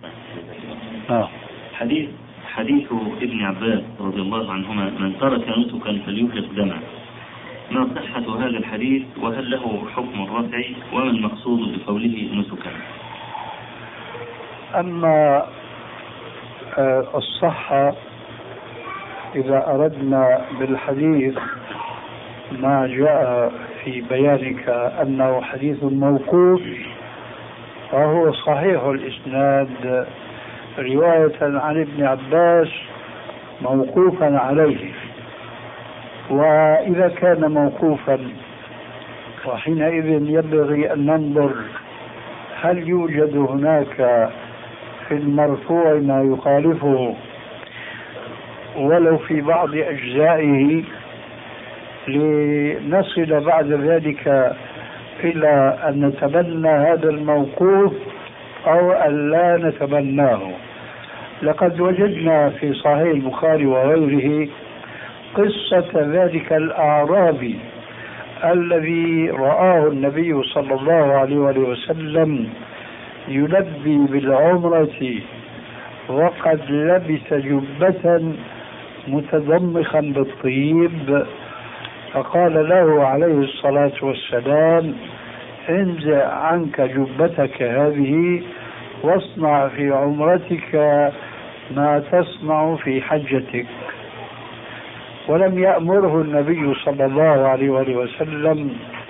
حديث ابن عباس رضي الله عنهما: من ترك نسكا فليفرق دمه. ما صحة هذا الحديث، وهل له حكم الرفع، وما المقصود بقوله نسكا؟ أما الصحة، إذا أردنا بالحديث ما جاء في بيانك أنه حديث موقوف، فهو صحيح الإسناد رواية عن ابن عباس موقوفا عليه. وإذا كان موقوفا، وحينئذ ينبغي أن ننظر هل يوجد هناك في المرفوع ما يخالفه ولو في بعض أجزائه، لنصل بعد ذلك إلى أن نتبنى هذا الموقوف أو أن لا نتبناه. لقد وجدنا في صحيح البخاري وغيره قصة ذلك الأعرابي الذي رآه النبي صلى الله عليه وسلم يلبي بالعمرة وقد لبس جبة متضمخا بالطيب، فقال له عليه الصلاة والسلام: انزع عنك جبتك هذه واصنع في عمرتك ما تصنع في حجتك. ولم يأمره النبي صلى الله عليه وسلم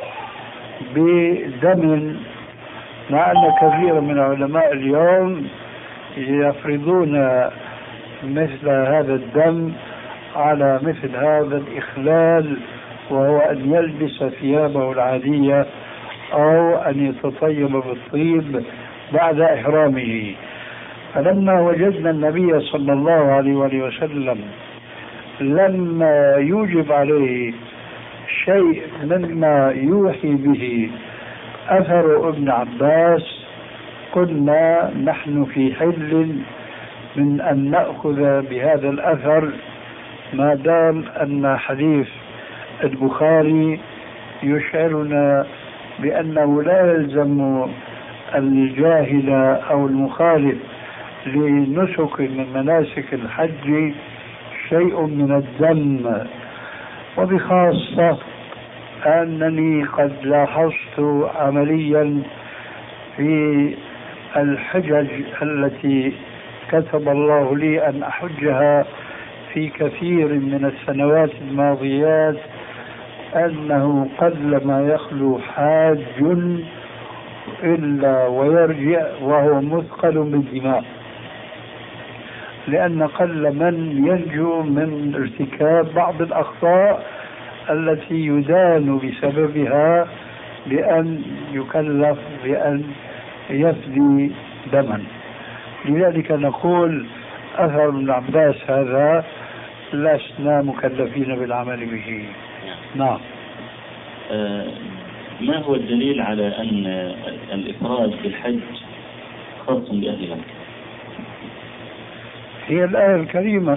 بدم، مع أن كثير من علماء اليوم يفرضون مثل هذا الدم على مثل هذا الإخلال، وهو أن يلبس ثيابه العادية أو أن يتطيب بالطيب بعد إحرامه. فلما وجدنا النبي صلى الله عليه وسلم لم يوجب عليه شيء مما يوحي به أثر ابن عباس، قلنا نحن في حل من أن نأخذ بهذا الأثر ما دام أن حديث البخاري يشعرنا بأنه لا يلزم الجاهل أو المخالف لنسك من مناسك الحج شيء من الدم. وبخاصة أنني قد لاحظت عمليا في الحجج التي كتب الله لي أن أحجها في كثير من السنوات الماضيات أنه قلما يخلو حاج إلا ويرجع وهو مثقل بالدماء، لأن قل من ينجو من ارتكاب بعض الأخطاء التي يدان بسببها بأن يكلف بأن يفدي دما. لذلك نقول أثر ابن عباس هذا لسنا مكلفين بالعمل به. نعم. ما هو الدليل على أن الإفراد بالحج خاص بأهل مكة؟ هي الآية الكريمة: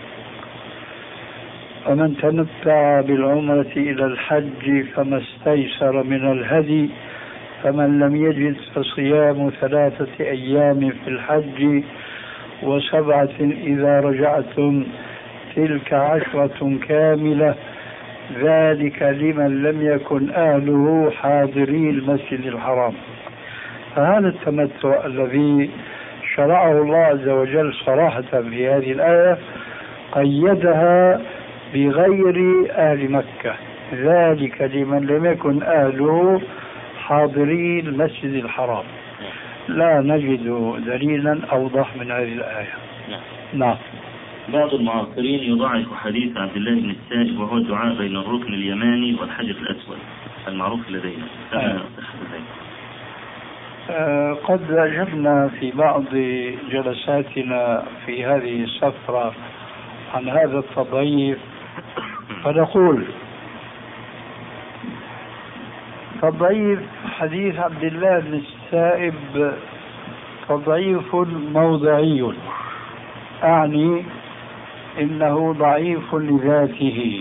ومن تمتع بالعمرة إلى الحج فما استيسر من الهدي فمن لم يجد فصيام 3 أيام في الحج و7 إذا رجعتم تلك 10 كاملة ذلك لمن لم يكن أهله حاضري المسجد الحرام. فهذا التمتع الذي شرعه الله عز وجل صراحة في هذه الآية قيدها بغير أهل مكة، ذلك لمن لم يكن أهله حاضري المسجد الحرام. لا نجد دليلا أوضح من هذه الآية. نعم. بعض المعاصرين يضاعف حديث عبد الله بن السائب وهو الدعاء بين الركن اليماني والحجر الأسود المعروف لدينا. قد أجبنا في بعض جلساتنا في هذه السفرة عن هذا التضعيف، فنقول تضعيف حديث عبد الله بن السائب تضعيف موضعي، أعني إنه ضعيف لذاته،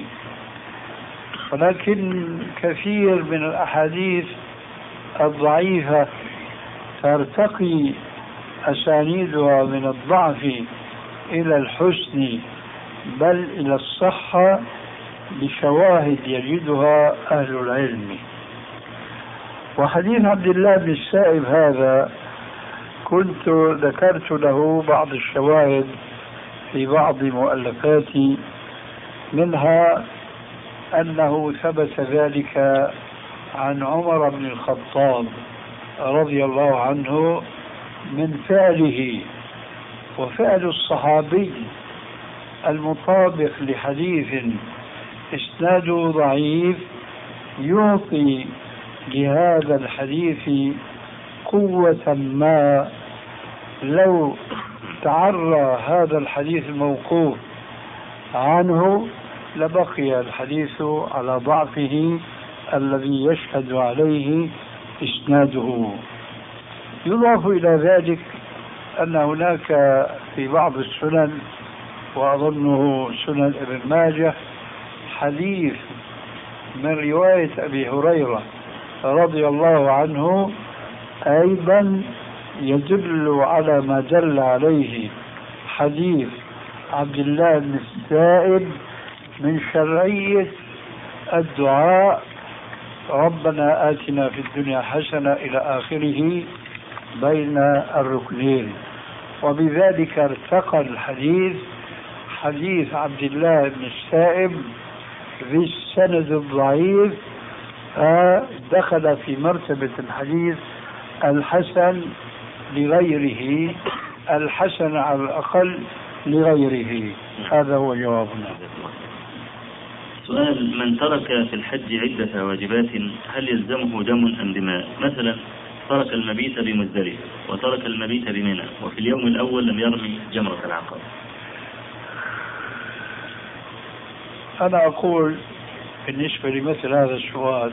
ولكن كثير من الأحاديث الضعيفة ترتقي أسانيدها من الضعف إلى الحسن بل إلى الصحة بشواهد يجدها أهل العلم. وحديث عبد الله بن السائب هذا كنت ذكرت له بعض الشواهد في بعض مؤلفاتي، منها أنه ثبت ذلك عن عمر بن الخطاب رضي الله عنه من فعله، وفعل الصحابي المطابق لحديث إسناده ضعيف يعطي لهذا الحديث قوة ما لو تعرى هذا الحديث الموقوف عنه لبقي الحديث على ضعفه الذي يشهد عليه إسناده. يضاف إلى ذلك أن هناك في بعض السنن وأظنه سنن ابن ماجه حديث من رواية أبي هريرة رضي الله عنه أيضا يدل على ما دل عليه حديث عبد الله بن السائب من شرعية الدعاء ربنا آتنا في الدنيا حسنة إلى آخره بين الركنين، وبذلك ارتقى الحديث حديث عبد الله بن السائب بالسند الضعيف، فدخل في مرتبة الحديث الحسن لغيره، الحسن على الأقل لغيره. هذا هو جوابنا. سؤال: من ترك في الحج عدة واجبات هل يلزمه دم أم دماء؟ مثلا ترك المبيت بمزدلفة وترك المبيت بمنى وفي اليوم الأول لم يرمي جمرة العقبة. أنا أقول بالنسبة لمثل هذا السؤال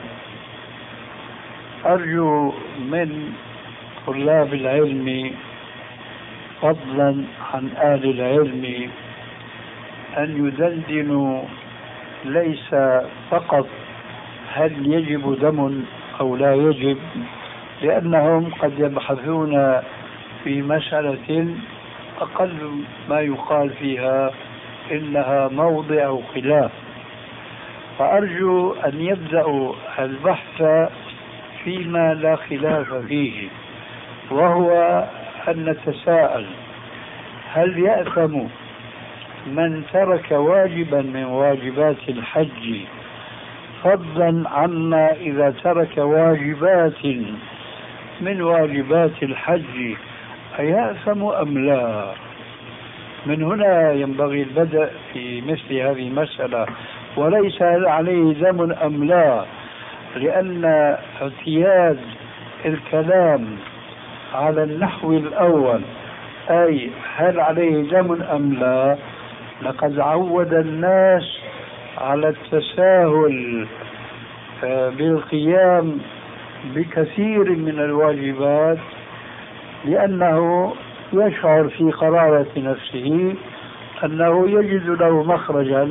أرجو من طلاب العلم فضلا عن أهل العلم أن يدندنوا ليس فقط هل يجب دم أو لا يجب، لأنهم قد يبحثون في مسألة أقل ما يقال فيها إنها موضع خلاف، فأرجو أن يبدأوا البحث فيما لا خلاف فيه، وهو أن نتساءل: هل يأثم من ترك واجبا من واجبات الحج فضلا عما إذا ترك واجبات من واجبات الحج أيأثم أم لا؟ من هنا ينبغي البدء في مثل هذه المسألة، وليس هل عليه دم أم لا، لأن اعتياد الكلام على النحو الأول أي هل عليه دم أم لا لقد عود الناس على التساهل بالقيام بكثير من الواجبات، لأنه يشعر في قرارة نفسه أنه يجد له مخرجا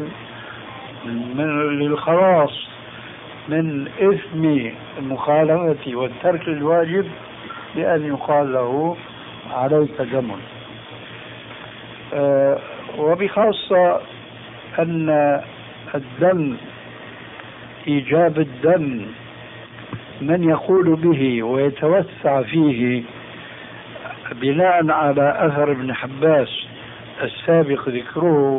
للخلاص من إثم المخالفة والترك الواجب بأن يقال له عليك دم. وبخاصة أن الدم إيجاب الدم من يقول به ويتوسع فيه بناء على أثر ابن حباس السابق ذكره،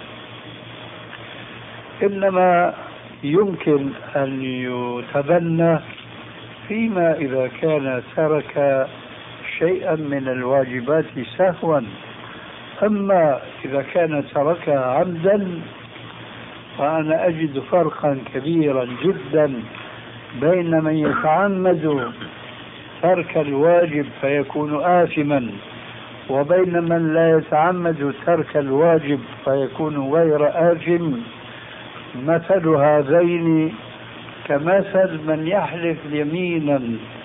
إنما يمكن أن يتبنى فيما إذا كان ترك شيئا من الواجبات سهوا. أما إذا كان تركها عمدا فأنا أجد فرقا كبيرا جدا بين من يتعمد ترك الواجب فيكون آثما وبين من لا يتعمد ترك الواجب فيكون غير آثم. مثل هذين كمثل من يحلف يمينا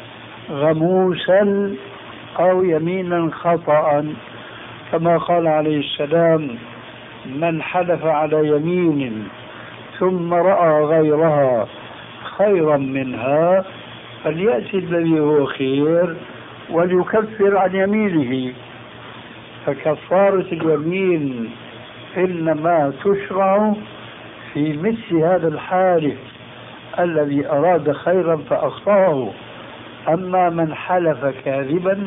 غموسا أو يمينا خطأ، كما قال عليه السلام: من حلف على يمين ثم رأى غيرها خيرا منها فليأتي الذي هو خير وليكفر عن يمينه. فكفارة اليمين إنما تشرع في مثل هذا الحالف الذي أراد خيرا فأخطأه. أما من حلف كاذبا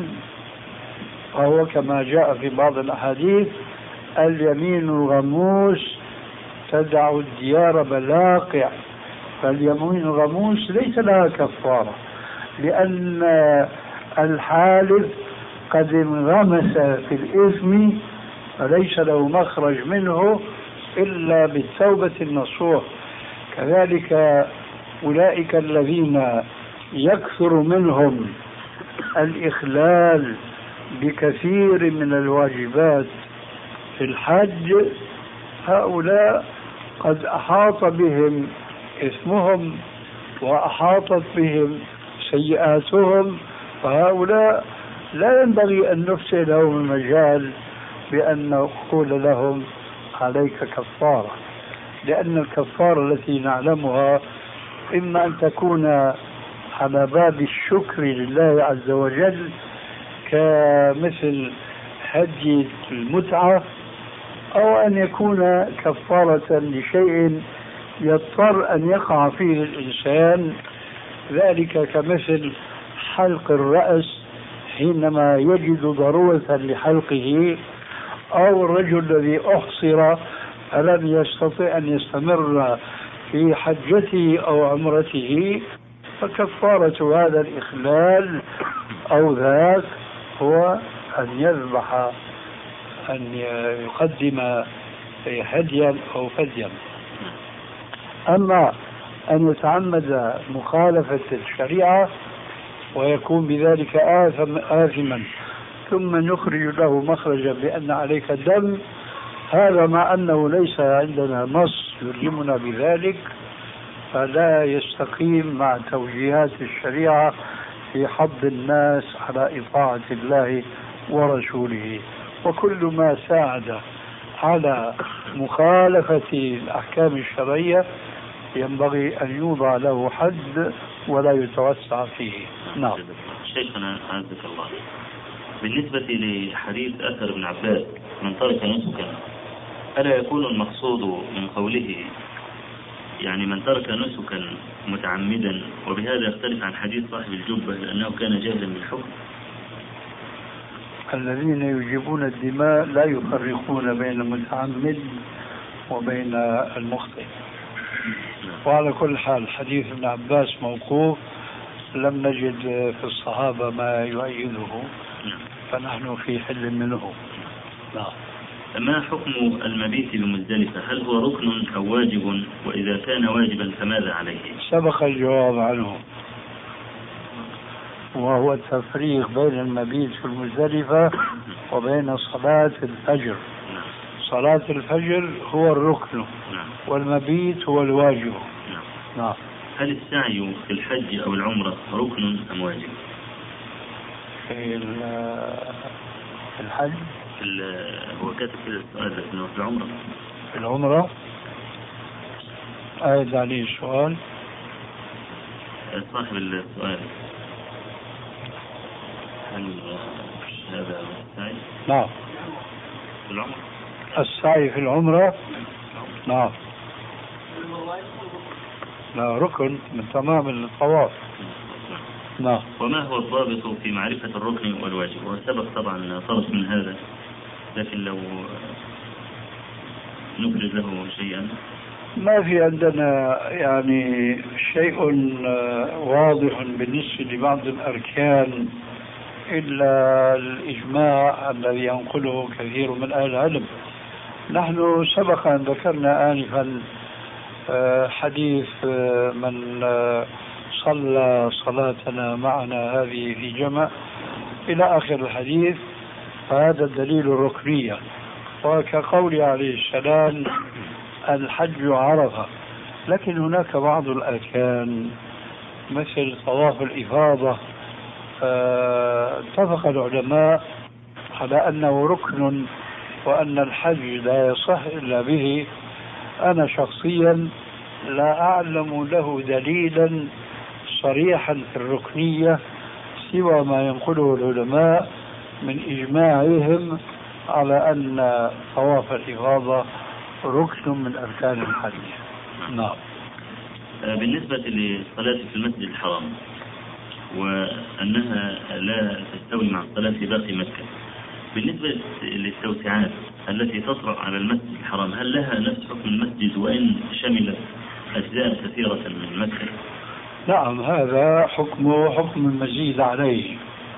فهو كما جاء في بعض الأحاديث: اليمين الغموس تدع الديار بلاقع. فاليمين الغموس ليس لها كفارة، لأن الحالف قد انغمس في الإثم فليس له مخرج منه إلا بالتوبة النصوح. كذلك أولئك الذين يكثر منهم الإخلال بكثير من الواجبات في الحج، هؤلاء قد أحاط بهم إثمهم وأحاطت بهم سيئاتهم، فهؤلاء لا ينبغي أن نفسي لهم المجال بأن نقول لهم عليك كفارة، لأن الكفارة التي نعلمها إما أن تكون على باب الشكر لله عز وجل كمثل حج المتعة، أو أن يكون كفارة لشيء يضطر أن يقع فيه الإنسان، ذلك كمثل حلق الرأس حينما يجد ضرورة لحلقه، أو الرجل الذي أحصر فلم يستطع أن يستمر في حجته أو عمرته، فكفارة هذا الإخلال أو ذاك هو أن يذبح، أن يقدم هديا أو فديا. أما أن يتعمد مخالفة الشريعة ويكون بذلك آثما ثم نخرج له مخرجا بأن عليك الدم، هذا مع أنه ليس عندنا نص يلزمنا بذلك، فلا يستقيم مع توجيهات الشريعة في حض الناس على إطاعة الله ورسوله. وكل ما ساعد على مخالفة الأحكام الشرعية ينبغي أن يوضع له حد ولا يتوسع فيه. نعم. شيخنا عزك الله، بالنسبة لحديث أثر ابن عباس من ترك نسكا، ألا يكون المقصود من قوله يعني من ترك نسكا متعمدا، وبهذا يختلف عن حديث صاحب الجبة لأنه كان جاهلا بالحكم؟ الذين يجيبون الدماء لا يفرقون بين المتعمد وبين المخطئ. وعلى كل حال حديث ابن عباس موقوف، لم نجد في الصحابة ما يؤيده، فنحن في حل منه. نعم. ما حكم المبيت بمزدلفة؟ هل هو ركن أو واجب؟ وإذا كان واجبا فماذا عليه؟ سبق الجواب عنه، وهو التفريق بين المبيت في المزدلفة وبين صلاة الفجر. صلاة الفجر هو الركن والمبيت هو الواجب. نعم. هل السعي في الحج أو العمرة ركن أم واجب؟ في الحج هو كاتب كده السؤال لكنه في العمرة. في العمرة أعد عليه السؤال. صاحب السؤال هل هذا السعي؟ نعم. في العمرة. السعي في العمرة نعم، لا ركن من تمام الطواف. نعم. وما هو الضابط في معرفة الركن والواجب؟ وسبق طبعا طرف من هذا، لكن لو نفرد له شيئا. ما في عندنا يعني شيء واضح بالنسبة لبعض الأركان إلا الإجماع الذي ينقله كثير من أهل العلم. نحن سبق أن ذكرنا آنفا حديث من صلى صلاتنا معنا هذه في جمع إلى آخر الحديث، فهذا الدليل الركنية. وكقول عليه السلام الحج عرفة، لكن هناك بعض الأركان مثل طواف الإفاضة اتفق العلماء على أنه ركن وأن الحج لا يصح إلا به. أنا شخصيا لا أعلم له دليلا صريحا في الركنية سوى ما ينقله العلماء من إجماعهم على أن طواف الإفاضة ركن من أركان الحج. نعم. بالنسبة للصلاة في المسجد الحرام وأنها لا تستوي مع الصلاة في باقي مكة، بالنسبة للتوسعات التي تطرأ على المسجد الحرام هل لها نفس حكم المسجد وإن شملت أجزاء كثيرة من مكة؟ نعم، هذا حكم المزيد عليه،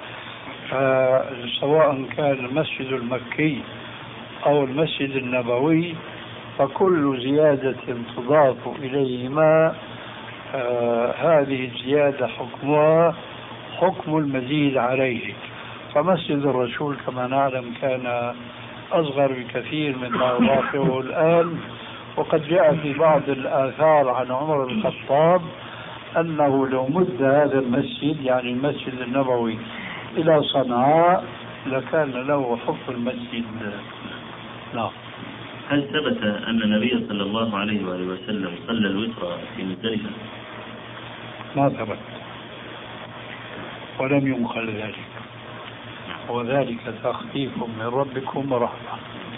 سواء كان المسجد المكي أو المسجد النبوي، فكل زيادة تضاف إليهما هذه الزيادة حكمها حكم المزيد عليه. فمسجد الرسول كما نعلم كان أصغر بكثير مما يضافه الآن، وقد جاء في بعض الآثار عن عمر بن الخطاب أنه لو مد هذا المسجد يعني المسجد النبوي إلى صنعاء لكان له حكم المسجد. نعم. هل ثبت أن النبي صلى الله عليه وآله وسلم صلى الوتر في مزدلفة؟ ما ثبت ولم ينقل ذلك، وذلك تخفيف من ربكم ورحمة.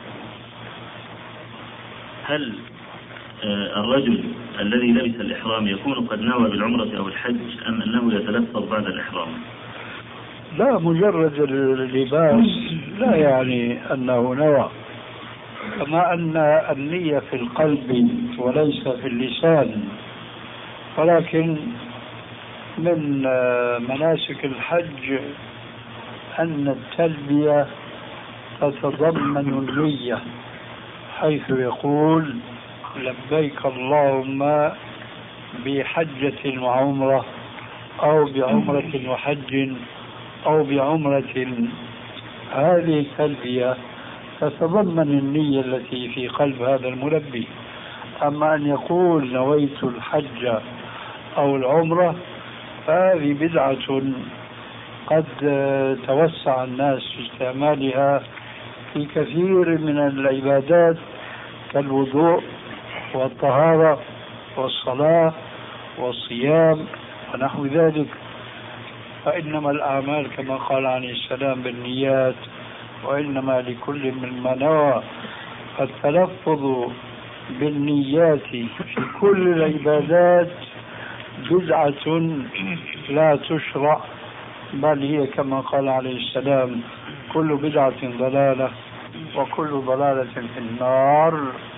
هل الرجل الذي لبس الإحرام يكون قد نوى بالعمرة أو الحج أم أنه يتلفظ بعد الإحرام؟ لا، مجرد اللباس لا يعني أنه نوى، كما أن النية في القلب وليس في اللسان، ولكن من مناسك الحج أن التلبية تتضمن النية، حيث يقول لبيك اللهم بحجة وعمرة أو بعمرة وحج أو بعمرة. هذه التلبية تتضمن النية التي في قلب هذا الملبي. أما أن يقول نويت الحج أو العمرة فهذه بدعة قد توسع الناس في استعمالها في كثير من العبادات كالوضوء والطهارة والصلاة والصيام ونحو ذلك. فإنما الأعمال كما قال عليه السلام بالنيات، وإنما لكل مما نوى. التلفظ بالنيات في كل العبادات بدعة لا تشرع، بل هي كما قال عليه السلام كل بدعة ضلالة وكل ضلالة في النار.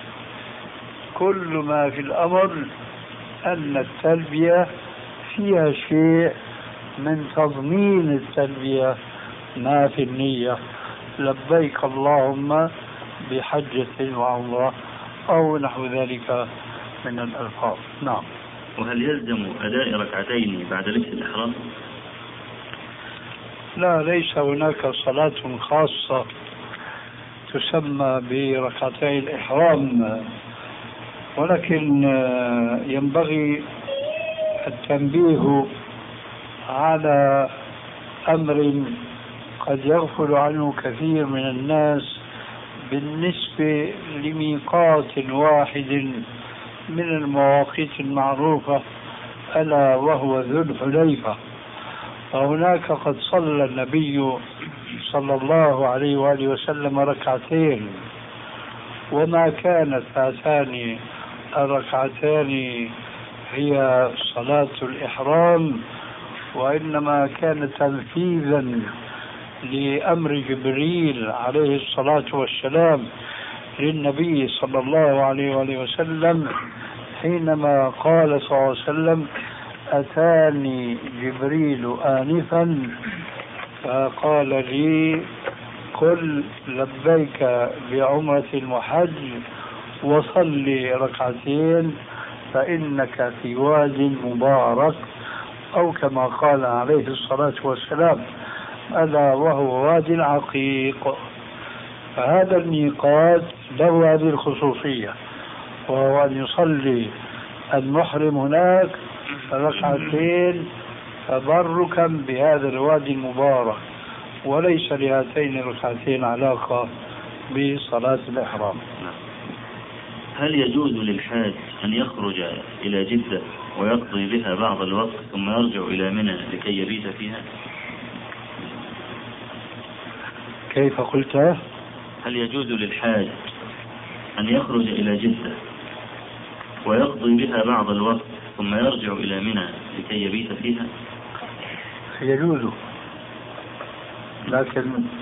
كل ما في الأمر أن التلبية فيها شيء من تضمين التلبية ما في النية، لبيك اللهم بحجة وعمرة أو نحو ذلك من الألفاظ. نعم. وهل يلزم أداء ركعتين بعد لبس الإحرام؟ لا، ليس هناك صلاة خاصة تسمى بركعتي الإحرام، ولكن ينبغي التنبيه على أمر قد يغفل عنه كثير من الناس بالنسبة لميقات واحد من المواقيت المعروفة، ألا وهو ذو الحليفة. فهناك قد صلى النبي صلى الله عليه وآله وسلم ركعتين، وما كانت هاتان الركعتان هي صلاة الإحرام، وإنما كان تنفيذا لأمر جبريل عليه الصلاة والسلام للنبي صلى الله عليه وآله وسلم حينما قال صلى الله عليه وسلم أتاني جبريل آنفا فقال لي قل لبيك بعمرة وحج وصلي ركعتين فإنك في واد مبارك، أو كما قال عليه الصلاة والسلام ألا وهو واد العقيق. فهذا الميقات له هذه الخصوصية، وهو أن يصلي المحرم هناك ركعتين تبركا بهذا الوادي المبارك، وليس لهاتين الركعتين علاقة بصلاة الإحرام. هل يجوز للحاج أن يخرج إلى جدة ويقضي بها بعض الوقت ثم يرجع إلى منى لكي يبيت فيها؟ كيف قلت؟ هل يجوز للحاج أن يخرج إلى جدة ويقضي بها بعض الوقت ثم يرجع إلى منى لكي يبيت فيها؟ يجوز، لكن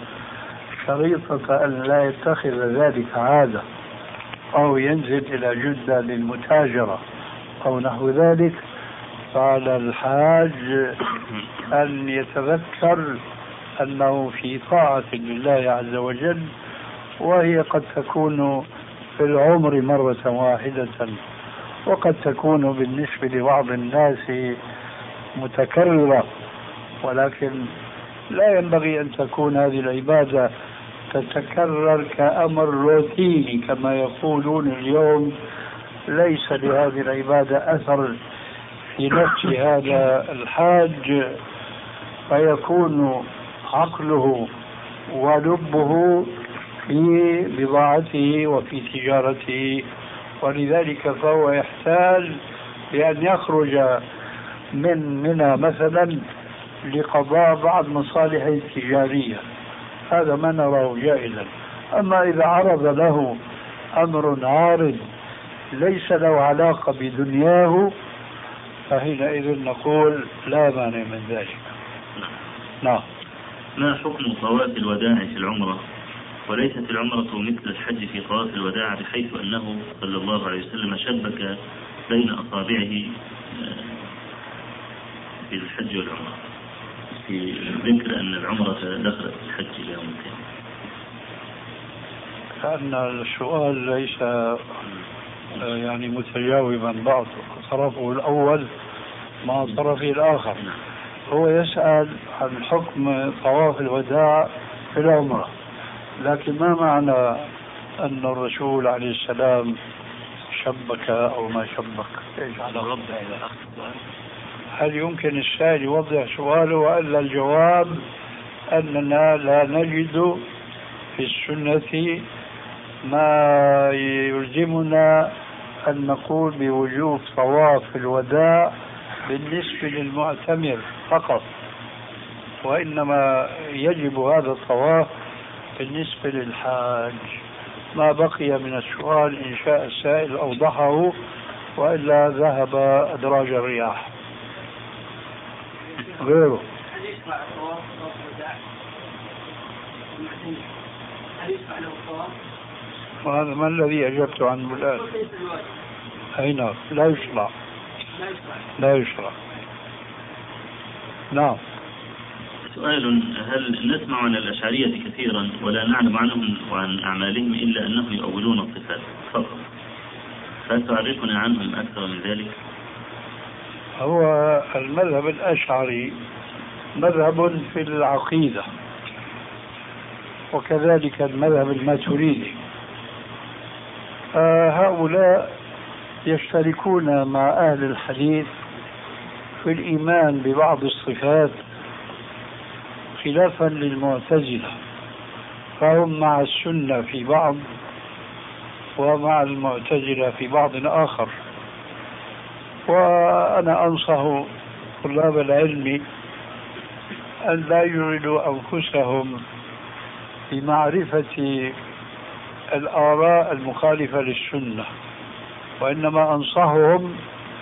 شريطة أن لا يتخذ ذلك عادة أو ينزل إلى جدة للمتاجرة أو نحو ذلك، فعلى الحاج أن يتذكر أنه في طاعة لله عز وجل، وهي قد تكون في العمر مرة واحدة، وقد تكون بالنسبة لبعض الناس متكررة، ولكن لا ينبغي أن تكون هذه العبادة تتكرر كأمر روتيني كما يقولون اليوم. ليس لهذه العبادة أثر في نفس هذا الحاج، فيكون عقله ولبه في بضاعته وفي تجارته، ولذلك فهو يحتاج بأن يخرج من منى مثلا لقضاء بعض مصالحه التجارية، هذا ما نراه جائزا. أما إذا عرض له أمر عارض ليس له علاقة بدنياه فحينئذ نقول لا مانع من ذلك. نعم. ما حكم طواف الوداع في العمرة؟ وليست العمرة مثل الحج في طواف الوداع، بحيث أنه صلى الله عليه وسلم شبك بين أصابعه في الحج والعمرة، في ذكر أن العمرة دخلت الحج يوم كامل. كأن السؤال ليس يعني متجاوبا بعض، طرفه الأول مع طرفه الآخر. هو يسأل عن حكم طواف الوداع في العمرة، لكن ما معنى أن الرسول عليه السلام شبك أو ما شبك؟ إيش على رد إلى الأخ؟ هل يمكن السائل يوضح سؤاله؟ وإلا الجواب أننا لا نجد في السنة ما يلزمنا أن نقول بوجوب طواف الوداع بالنسبة للمعتمر فقط، وإنما يجب هذا الطواف بالنسبة للحاج. ما بقي من السؤال إن شاء السائل أوضحه، وإلا ذهب أدراج الرياح. غيره وهذا ما الذي أجبت عنه الآن؟ أين لا يشرع، لا يشرع. نعم. سؤال: هل نسمع عن الأشعرية كثيرا ولا نعلم عنهم وعن أعمالهم إلا أنهم يؤولون الصفات فقط، هل تعرفنا عنهم أكثر من ذلك؟ هو المذهب الأشعري مذهب في العقيدة، وكذلك المذهب الماتريدي. هؤلاء يشتركون مع أهل الحديث في الإيمان ببعض الصفات خلافا للمعتزلة، فهم مع السنة في بعض ومع المعتزلة في بعض آخر. وأنا أنصح طلاب العلم أن لا يجعلوا أنفسهم بمعرفة الآراء المخالفة للسنة، وإنما أنصحهم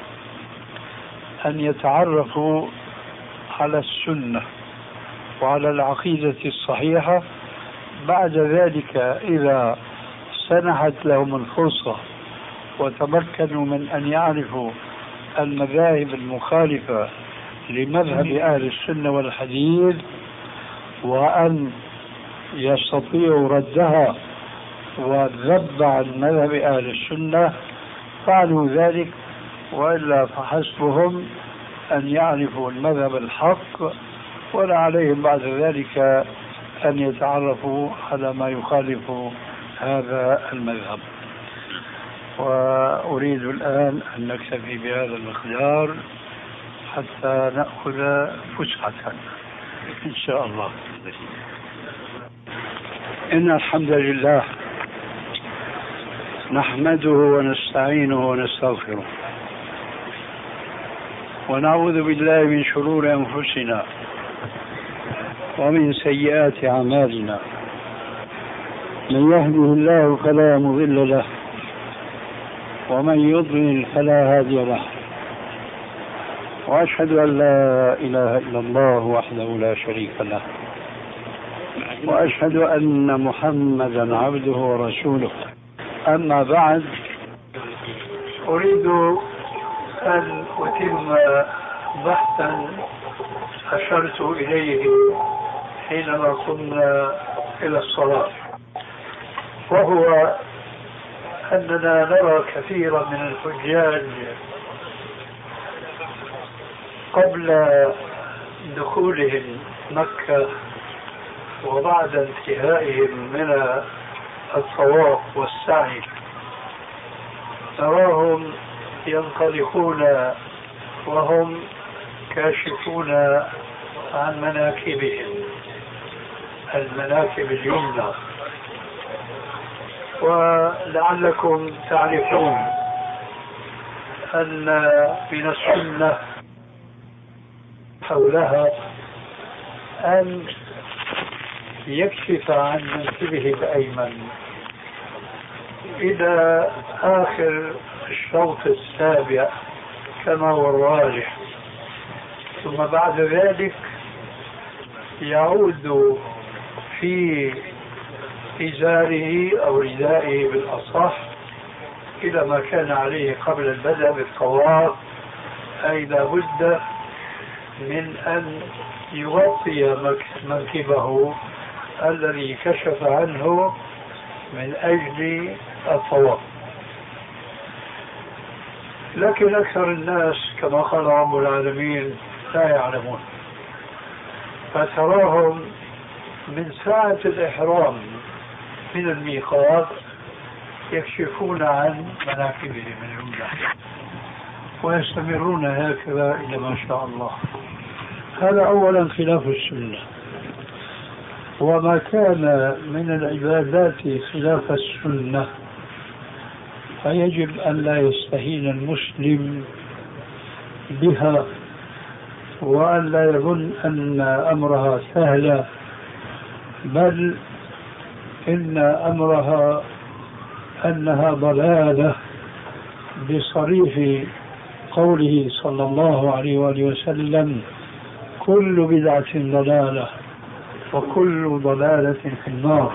أن يتعرفوا على السنة وعلى العقيدة الصحيحة. بعد ذلك إذا سنحت لهم الفرصة وتمكنوا من أن يعرفوا المذاهب المخالفة لمذهب أهل السنة والحديث وأن يستطيعوا ردها والذب عن مذهب أهل السنة فعلوا ذلك، وإلا فحسبهم أن يعرفوا المذهب الحق، ولا عليهم بعد ذلك أن يتعرفوا على ما يخالف هذا المذهب. وأريد الآن أن نكتفي بهذا المقدار حتى نأخذ فسحة إن شاء الله. إن الحمد لله نحمده ونستعينه ونستغفره، ونعوذ بالله من شرور أنفسنا ومن سيئات أعمالنا، من يهده الله فلا مضل له ومن يضلل فلا هادي له، وأشهد أن لا إله إلا الله وحده لا شريك له، وأشهد أن محمدا عبده ورسوله. أما بعد، أريد أن أتم بحثا أشرت إليه حينما قمنا إلى الصلاة، وهو أننا نرى كثيرا من الحجاج قبل دخولهم مكة وبعد انتهائهم من الطواف والسعي نراهم ينطلقون وهم كاشفون عن مناكبهم، المناكب اليمنى. ولعلكم تعرفون أن من السنة حولها أن يكشف عن منكبه الأيمن إلى آخر الشوط السابع كما هو الراجح، ثم بعد ذلك يعود في إزاره أو ردائه بالأصح إلى ما كان عليه قبل البدء بالطواف، أي لا بد من أن يغطي منكبه الذي كشف عنه من أجل الطواف. لكن أكثر الناس كما قال رب العالمين لا يعلمون، فتراهم من ساعة الإحرام من الميقات يكشفون عن مناكبهم اليمنى ويستمرون هكذا إلى ما شاء الله. هذا أولا خلاف السنة، وما كان من العبادات خلاف السنة فيجب أن لا يستهين المسلم بها، وأن لا يظن أن أمرها سهلة، بل إن أمرها أنها ضلالة بصريح قوله صلى الله عليه وآله وسلم: كل بدعة ضلالة وكل ضلالة في النار.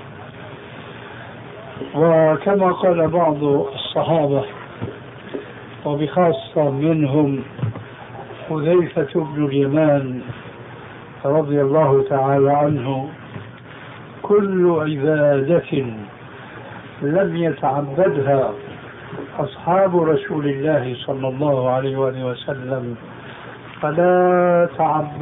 وكما قال بعض الصحابة وبخاصة منهم حذيفة بن اليمان رضي الله تعالى عنه: كل عبادة لم يتعبدها أصحاب رسول الله صلى الله عليه وآله وسلم فلا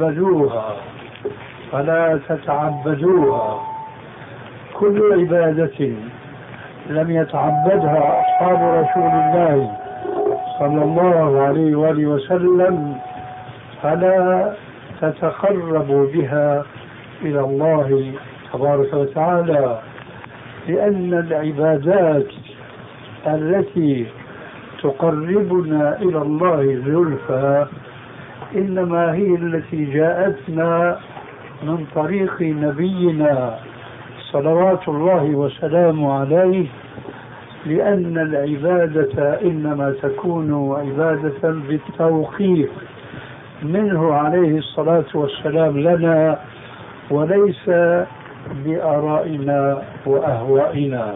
تتعبدوها. كل عبادة لم يتعبدها أصحاب رسول الله صلى الله عليه وآله وسلم فلا تتقربوا بها إلى الله تبارك وتعالى، لأن العبادات التي تقربنا إلى الله زلفى إنما هي التي جاءتنا من طريق نبينا صلوات الله وسلامه عليه، لأن العبادة إنما تكون عبادة بالتوقيف منه عليه الصلاة والسلام لنا، وليس بآرائنا وأهوائنا.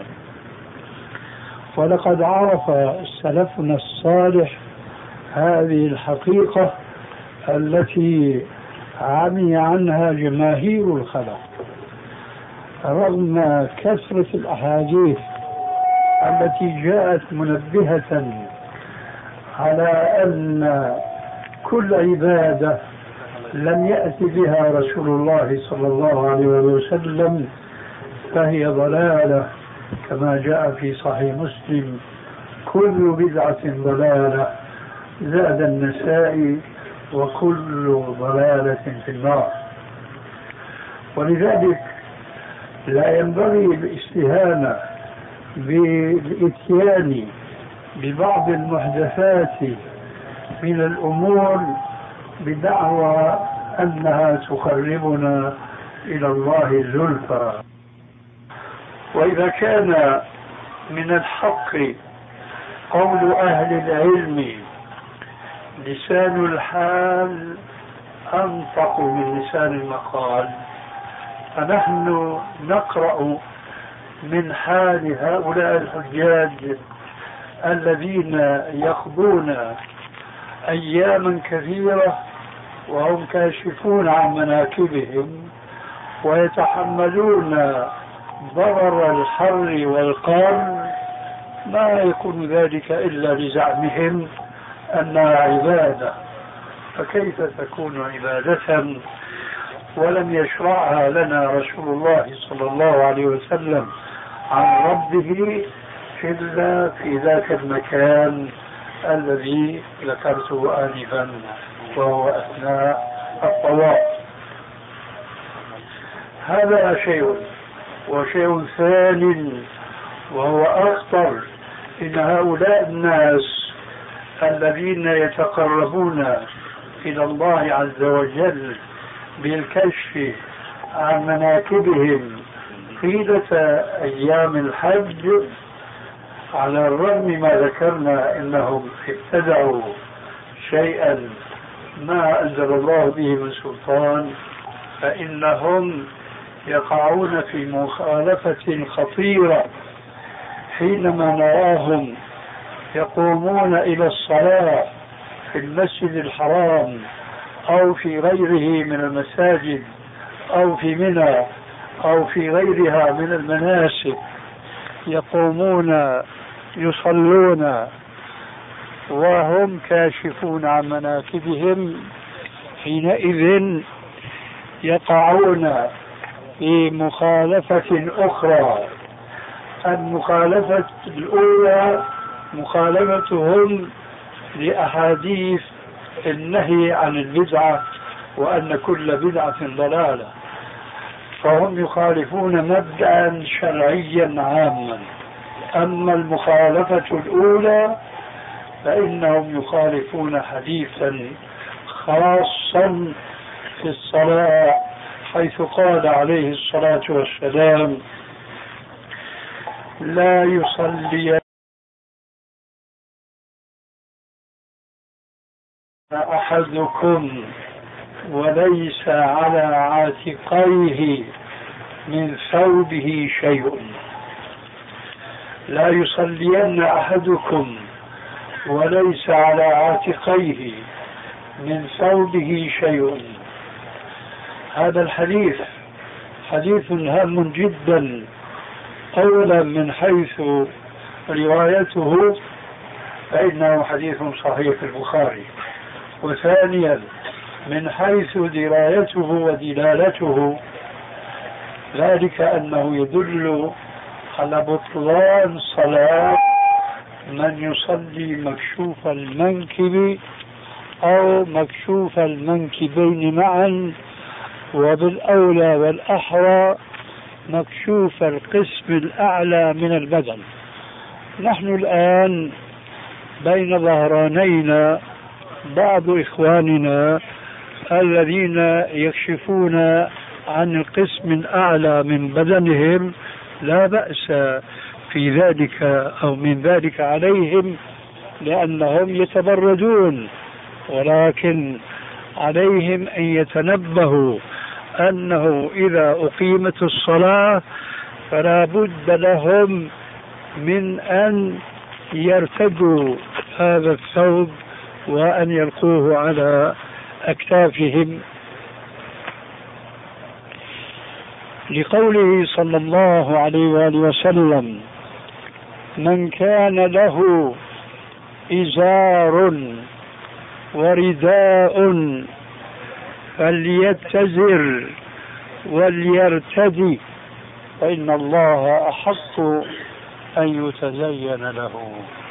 ولقد عرف سلفنا الصالح هذه الحقيقة التي عمي عنها جماهير الخلق، رغم كثرة الأحاديث التي جاءت منبهة على أن كل عبادة لم يأتي بها رسول الله صلى الله عليه وسلم فهي ضلالة، كما جاء في صحيح مسلم: كل بدعة ضلالة، زاد النسائي: وكل ضلالة في النار. ولذلك لا ينبغي الاستهانة بالإتيان ببعض المحدثات من الأمور بدعوى أنها تقربنا إلى الله زلفى. وإذا كان من الحق قول أهل العلم لسان الحال أنطق من لسان المقال، فنحن نقرأ من حال هؤلاء الحجاج الذين يقضون أياما كثيرة وهم كاشفون عن مناكبهم ويتحملون ضرر الحر والقار، ما يكون ذلك إلا لزعمهم أنها عبادة. فكيف تكون عبادة ولم يشرعها لنا رسول الله صلى الله عليه وسلم عن ربه إلا في ذاك المكان الذي ذكرته آنفا وهو أثناء الطواف. هذا شيء. وشيء ثاني وهو أخطر، إن هؤلاء الناس الذين يتقربون إلى الله عز وجل بالكشف عن مناكبهم طيلة أيام الحج، على الرغم ما ذكرنا إنهم ابتدعوا شيئا ما أنزل الله به من سلطان، فإنهم يقعون في مخالفة خطيرة حينما نراهم يقومون إلى الصلاة في المسجد الحرام أو في غيره من المساجد أو في منى أو في غيرها من المناسك، يقومون يصلون وهم كاشفون عن مناكبهم، حينئذ يقعون في مخالفة أخرى. المخالفة الأولى مخالفتهم لأحاديث النهي عن البدعة وأن كل بدعة ضلالة، فهم يخالفون مبدأ شرعيا عاما. أما المخالفة الأولى فإنهم يخالفون حديثا خاصا في الصلاة، حيث قال عليه الصلاة والسلام: لا يصلي أحدكم وليس على عاتقيه من ثوبه شيء. لا يصلين أحدكم وليس على عاتقيه من ثوبه شيء. هذا الحديث حديث هام جدا، أولا من حيث روايته فإنه حديث صحيح في البخاري، وثانيا من حيث درايته ودلالته، ذلك أنه يدل على بطلان صلاة من يصلي مكشوف المنكب أو مكشوف المنكبين معا، وبالأولى والأحرى مكشوف القسم الأعلى من البدن. نحن الآن بين ظهرانينا بعض إخواننا الذين يكشفون عن القسم الأعلى من بدنهم، لا بأس في ذلك أو من ذلك عليهم لأنهم يتبردون، ولكن عليهم أن يتنبهوا أنه إذا أقيمت الصلاة فلا بد لهم من أن يرتدوا هذا الثوب وأن يلقوه على أكتافهم، لقوله صلى الله عليه وآله وسلم: من كان له إزار ورداء فليتزر وليرتدي فإن الله أحق أن يتزين له.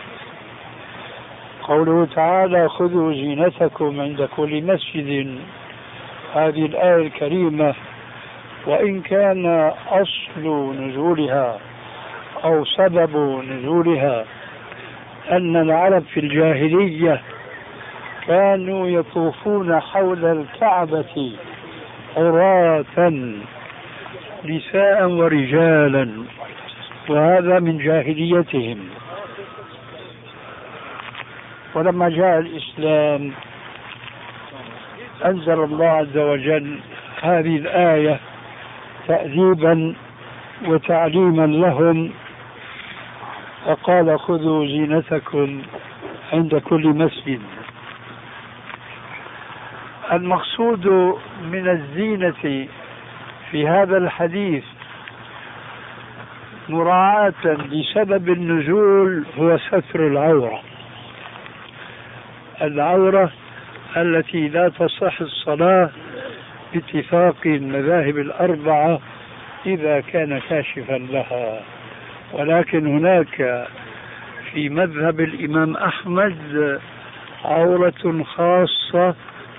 قوله تعالى: خذوا زينتكم عند كل مسجد، هذه الآية الكريمة وإن كان أصل نزولها أو سبب نزولها أن العرب في الجاهلية كانوا يطوفون حول الكعبة عراة نساء ورجالا، وهذا من جاهليتهم. ولما جاء الإسلام أنزل الله عز وجل هذه الآية تأديبا وتعليما لهم، فقال خذوا زينتكم عند كل مسجد. المقصود من الزينة في هذا الحديث مراعاة لسبب النزول هو ستر العورة التي لا تصح الصلاة باتفاق المذاهب الأربعة إذا كان كاشفا لها. ولكن هناك في مذهب الإمام أحمد عورة خاصة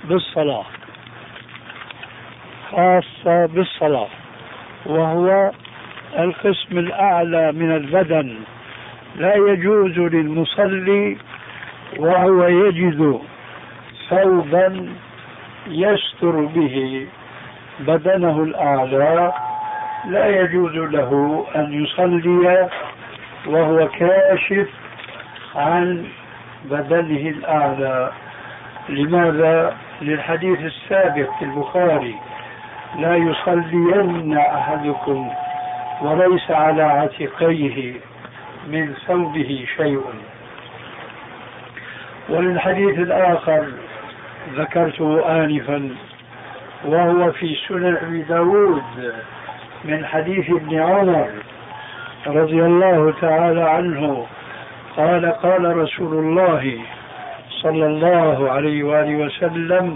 بالصلاة، وهو القسم الأعلى من البدن، لا يجوز للمصلي وهو يجد ثوبا يستر به بدنه الأعلى، لا يجوز له أن يصلي وهو كاشف عن بدنه الأعلى. لماذا؟ للحديث السابق في البخاري: لا يصلين أحدكم وليس على عاتقيه من ثوبه شيء. وللحديث الآخر ذكرته آنفا وهو في سنن أبي داود من حديث ابن عمر رضي الله تعالى عنه قال: قال رسول الله صلى الله عليه وآله وسلم: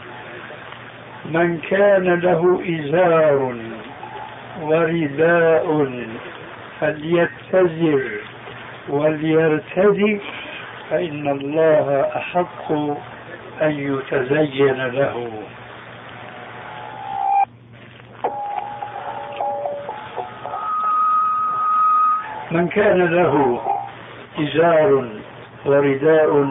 من كان له إزار ورداء فليتزر وليرتدي فإن الله أحق أن يتزين له. من كان له إزار ورداء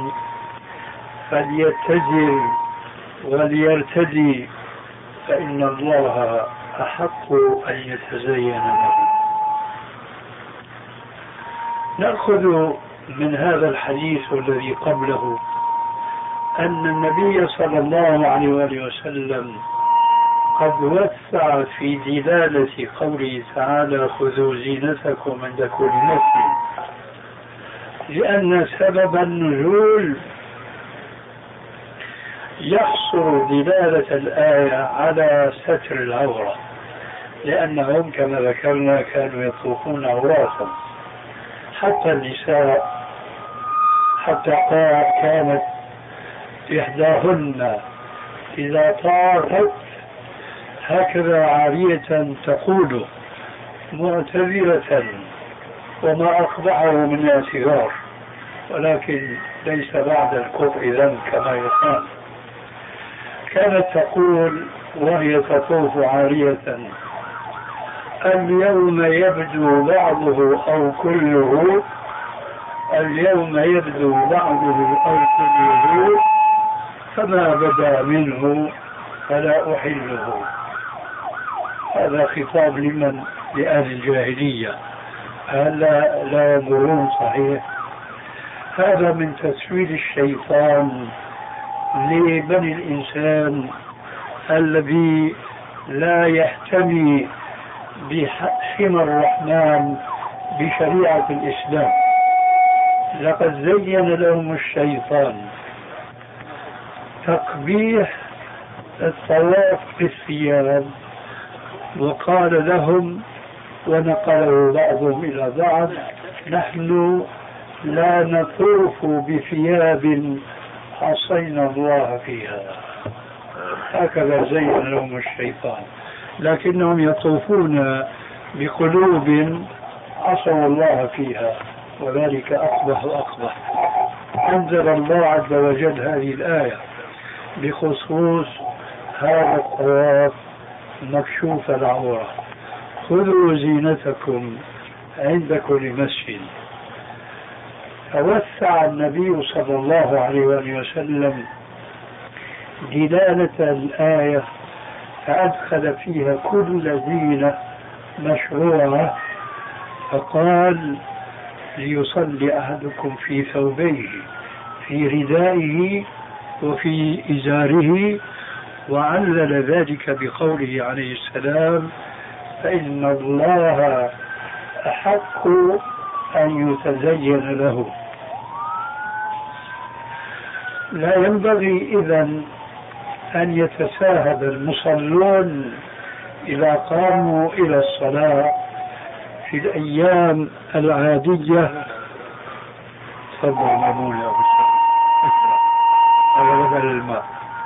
فليتزر وليرتدي فإن الله أحق أن يتزين له. نأخذ من هذا الحديث الذي قبله أن النبي صلى الله عليه وآله وسلم قد وسع في دلالة قوله تعالى: خذوا زينتكم عند كل مسجد، لأن سبب النزول يحصر دلالة الآية على ستر العورة، لأنهم كما ذكرنا كانوا يطوفون عراة، حتى النساء، حتى كانت إحداهن إذا طافت هكذا عارية تقول معتذرة وما أقبعه من اعتذار، ولكن ليس بعد الكفر ذنب كما يقال. كانت تقول وهي تطوف عارية: اليوم يبدو بعضه أو كله، اليوم يبدو بعضه أو كله، فما بدا منه فلا أحله. هذا خطاب لمن؟ لأهل الجاهلية. هلا لا يقولون صحيح. هذا من تسويل الشيطان لبني الإنسان الذي لا يحتمي بحمى الرحمن بشريعة الإسلام. لقد زين لهم الشيطان تقبيح الطواف بالثياب، وقال لهم ونقله بعضهم إلى بعض: نحن لا نطوف بثياب عصينا الله فيها. هكذا زين لهم الشيطان، لكنهم يطوفون بقلوب عصوا الله فيها، وذلك أقبح وأقبح. أنزل الله عز وجل هذه الآية بخصوص هذا الطواف مكشوف العورة: خذوا زينتكم عند كل مسجد. فوسع النبي صلى الله عليه وآله وسلم دلالة الآية، فأدخل فيها كل زينة مشروعة فقال ليصلي أحدكم في ثوبيه، في ردائه وفي إزاره، وعلل ذلك بقوله عليه السلام: فإن الله أحق أن يتزين له. لا ينبغي إذن أن يتساهل المصلون إذا قاموا إلى الصلاة في الأيام العادية. تفضل مأمون يا أبو على بدل الماء.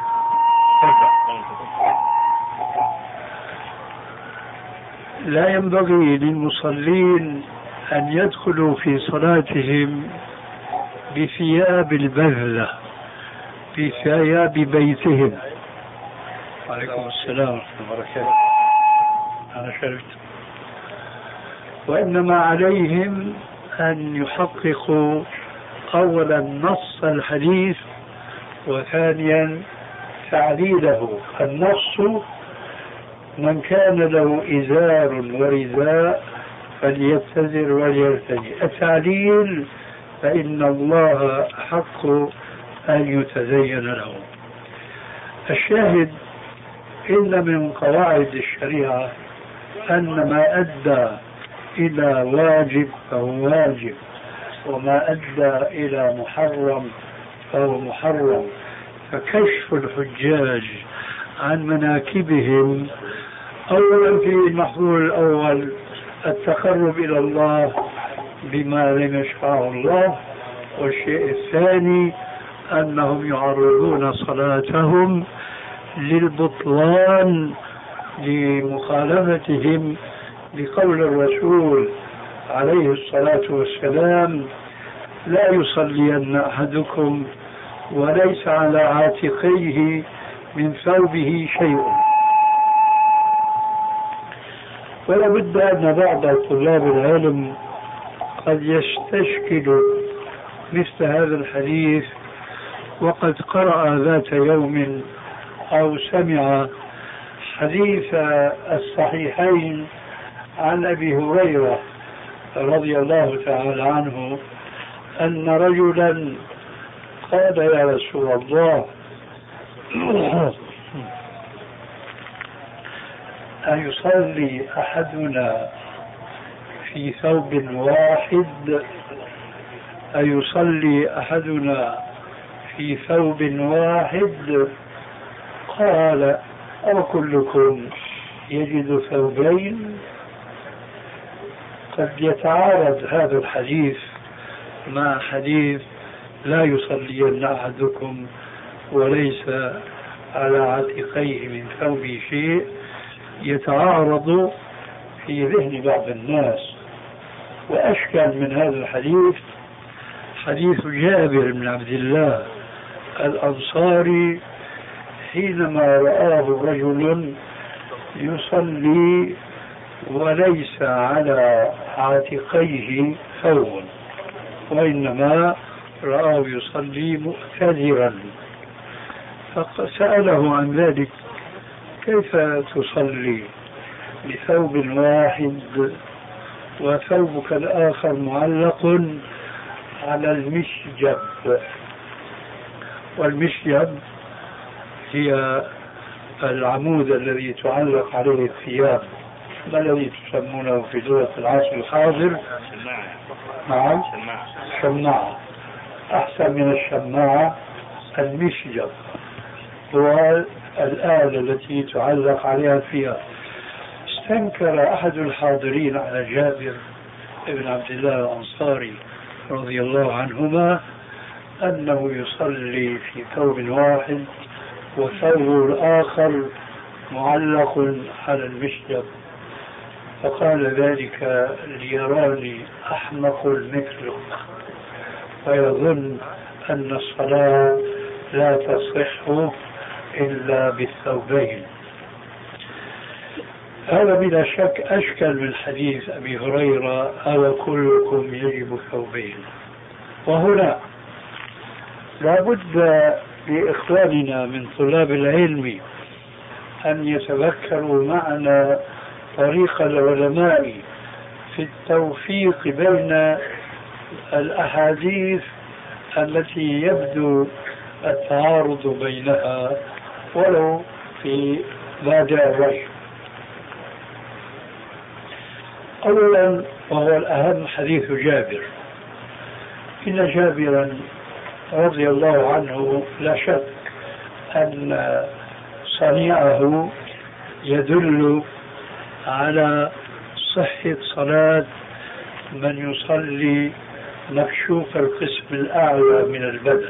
لا ينبغي للمصلين أن يدخلوا في صلاتهم بثياب البذلة، بثياب بيتهم. وعليكم السلام ورحمة الله وبركاته. أنا شرفت. وإنما عليهم أن يحققوا أولا نص الحديث، وثانيا تعليله. النص: من كان له إزار ورداء فليتزر وليرتدي. التعليل: فإن الله حق أن يتزين له. الشاهد: إن من قواعد الشريعة أن ما أدى إلى واجب فهو واجب، وما أدى إلى محرم فهو محرم. فكشف الحجاج عن مناكبهم أولا في المحظور الأول التقرب إلى الله بما لم يشرعه الله، والشيء الثاني أنهم يعرضون صلاتهم للبطلان لمخالفتهم بقول الرسول عليه الصلاة والسلام: لا يصلين أحدكم وليس على عاتقيه من ثوبه شيء. ولا بد أن بعض طلاب العلم قد يستشكل مثل هذا الحديث وقد قرأ ذات يوم أو سمع حديث الصحيحين عن أبي هريرة رضي الله تعالى عنه أن رجلا قال: يا رسول الله، أيصلي أحدنا في ثوب واحد؟ أيصلي أحدنا في ثوب واحد؟ قال: أو كلكم يجد ثوبين؟ قد يتعارض هذا الحديث مع حديث: لا يصلين أحدكم وليس على عاتقيه من ثوبه شيء. يتعارض في ذهن بعض الناس. وأشكل من هذا الحديث حديث جابر بن عبد الله الأنصاري حينما رآه رجل يصلي وليس على عاتقيه ثوب، وإنما رآه يصلي مؤتذرا، فسأله عن ذلك: كيف تصلي بثوب واحد وثوبك الآخر معلق على المشجب؟ والمشجب هي العمود الذي تعلق عليه الثياب، ما الذي تسمونه في لغة العصر الحاضر؟ نعم، شماعة. أحسن من الشماعة المشجب، هو الآلة التي تعلق عليها الثياب. استنكر أحد الحاضرين على جابر بن عبد الله الأنصاري رضي الله عنهما أنه يصلي في ثوب واحد وثوب الآخر معلق على المشجب، فقال: ذلك ليراني أحمق المكلق ويظن أن الصلاة لا تصح إلا بالثوبين. هذا بلا شك أشكل من حديث أبي هريرة: أو كلكم يجب ثوبين. وهنا لابد لإخواننا من طلاب العلم أن يتذكروا معنا طريق العلماء في التوفيق بين الأحاديث التي يبدو التعارض بينها ولو في بادئ الرأي. أولا وهو الأهم حديث جابر. إن جابرا رضي الله عنه لا شك أن صنيعه يدل على صحة صلاة من يصلي مكشوف القسم الأعلى من البدن،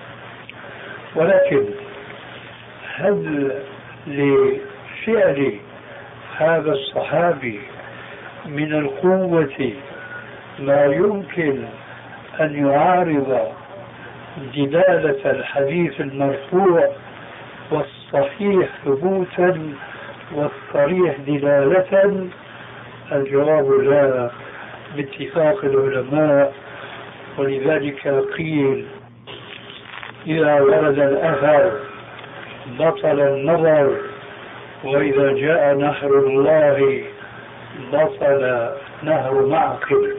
ولكن هل لفعل هذا الصحابي من القوة ما يمكن أن يعارض دلالة الحديث المرفوع والصحيح ثبوتا والصريح دلالة؟ الجواب لا باتفاق العلماء. ولذلك قيل إذا ورد الأثر بطل النظر، وإذا جاء نهر الله بطل نهر معقل.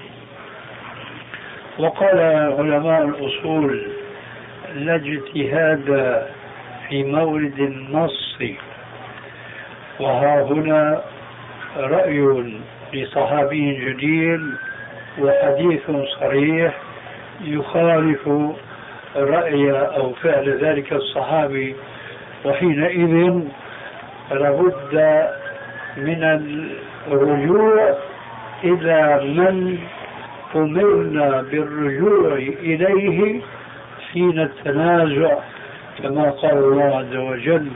وقال علماء الأصول لا اجتهاد في مورد النص، وها هنا رأي لصحابي جليل وحديث صريح يخالف رأي أو فعل ذلك الصحابي، وحينئذ لابد من الرجوع إلى من أمرنا بالرجوع إليه حين التنازع، كما قال الله عز وجل: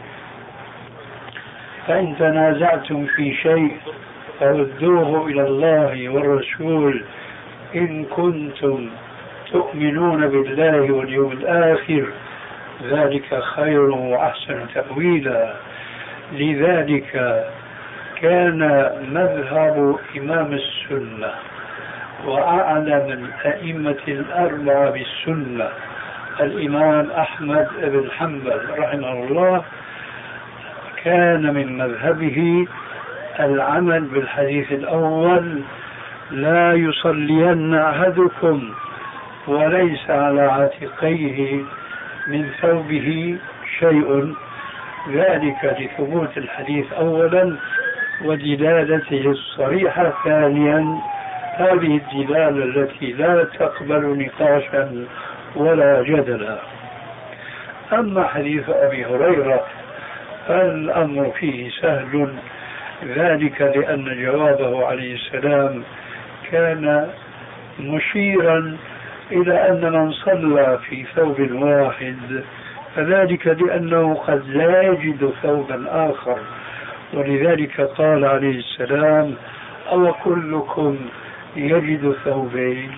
فإن تنازعتم في شيء فردوه إلى الله والرسول إن كنتم تؤمنون بالله واليوم الآخر ذلك خير وأحسن تأويلا. لذلك كان مذهب إمام السنة وأعلم الأئمة الأربعة بالسنة الإمام أحمد بن حنبل رحمه الله، كان من مذهبه العمل بالحديث الأول: لا يصلين أحدكم وليس على عاتقيه من ثوبه شيء، ذلك لثبوت الحديث أولا ودلالته الصريحة ثانيا، هذه الدلالة التي لا تقبل نقاشا ولا جدلا. أما حديث أبي هريرة فالأمر فيه سهل، ذلك لأن جوابه عليه السلام كان مشيرا إلى أن من صلى في ثوب واحد فذلك لأنه قد لا يجد ثوبا آخر، ولذلك قال عليه السلام: أو كلكم يجد ثوبين.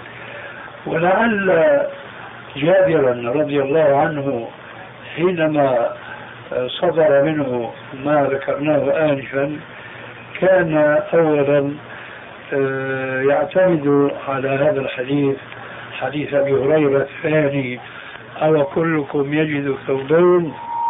ولعل جابرا رضي الله عنه حينما صدر منه ما ذكرناه آنفا كان أولا يعتمد على هذا الحديث، حديث أبي هريرة الثاني: أو كلكم يجد ثوبين.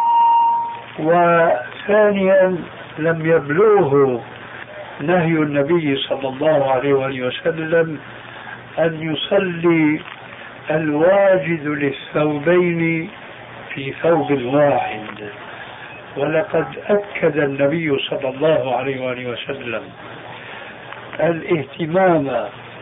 وثانيا لم يبلغه نهي النبي صلى الله عليه وآله وسلم أن يصلي الواجد للثوبين في ثوب واحد. ولقد أكد النبي صلى الله عليه وآله وسلم الاهتمام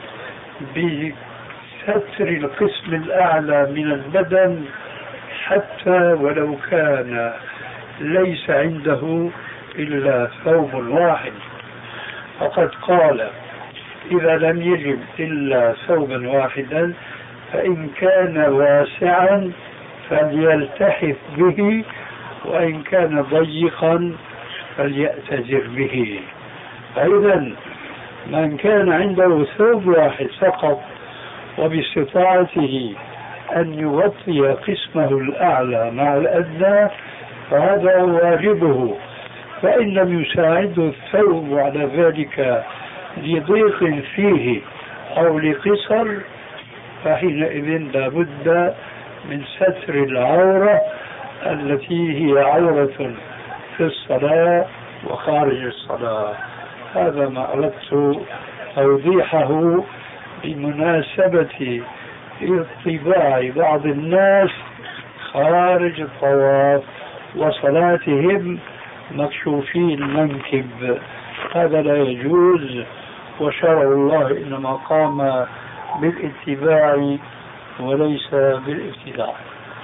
بستر القسم الأعلى من البدن حتى ولو كان ليس عنده إلا ثوب واحد، فقد قال: إذا لم يجد إلا ثوبا واحدا فإن كان واسعا فليلتحف به، وإن كان ضيقا فليأتذر به. فإذا من كان عنده ثوب واحد فقط وباستطاعته أن يغطي قسمه الأعلى مع الأدنى فهذا واجبه، فإن لم يساعده الثوب على ذلك لضيق فيه أو لقصر فحينئذ لا بد من ستر العورة التي هي عورة في الصلاة وخارج الصلاة. هذا ما أردت توضيحه بمناسبة اطباع بعض الناس خارج الطواف وصلاتهم مكشوفي المنكب. هذا لا يجوز، وشرع الله إنما قام بالاتباع وليس بالابتداع.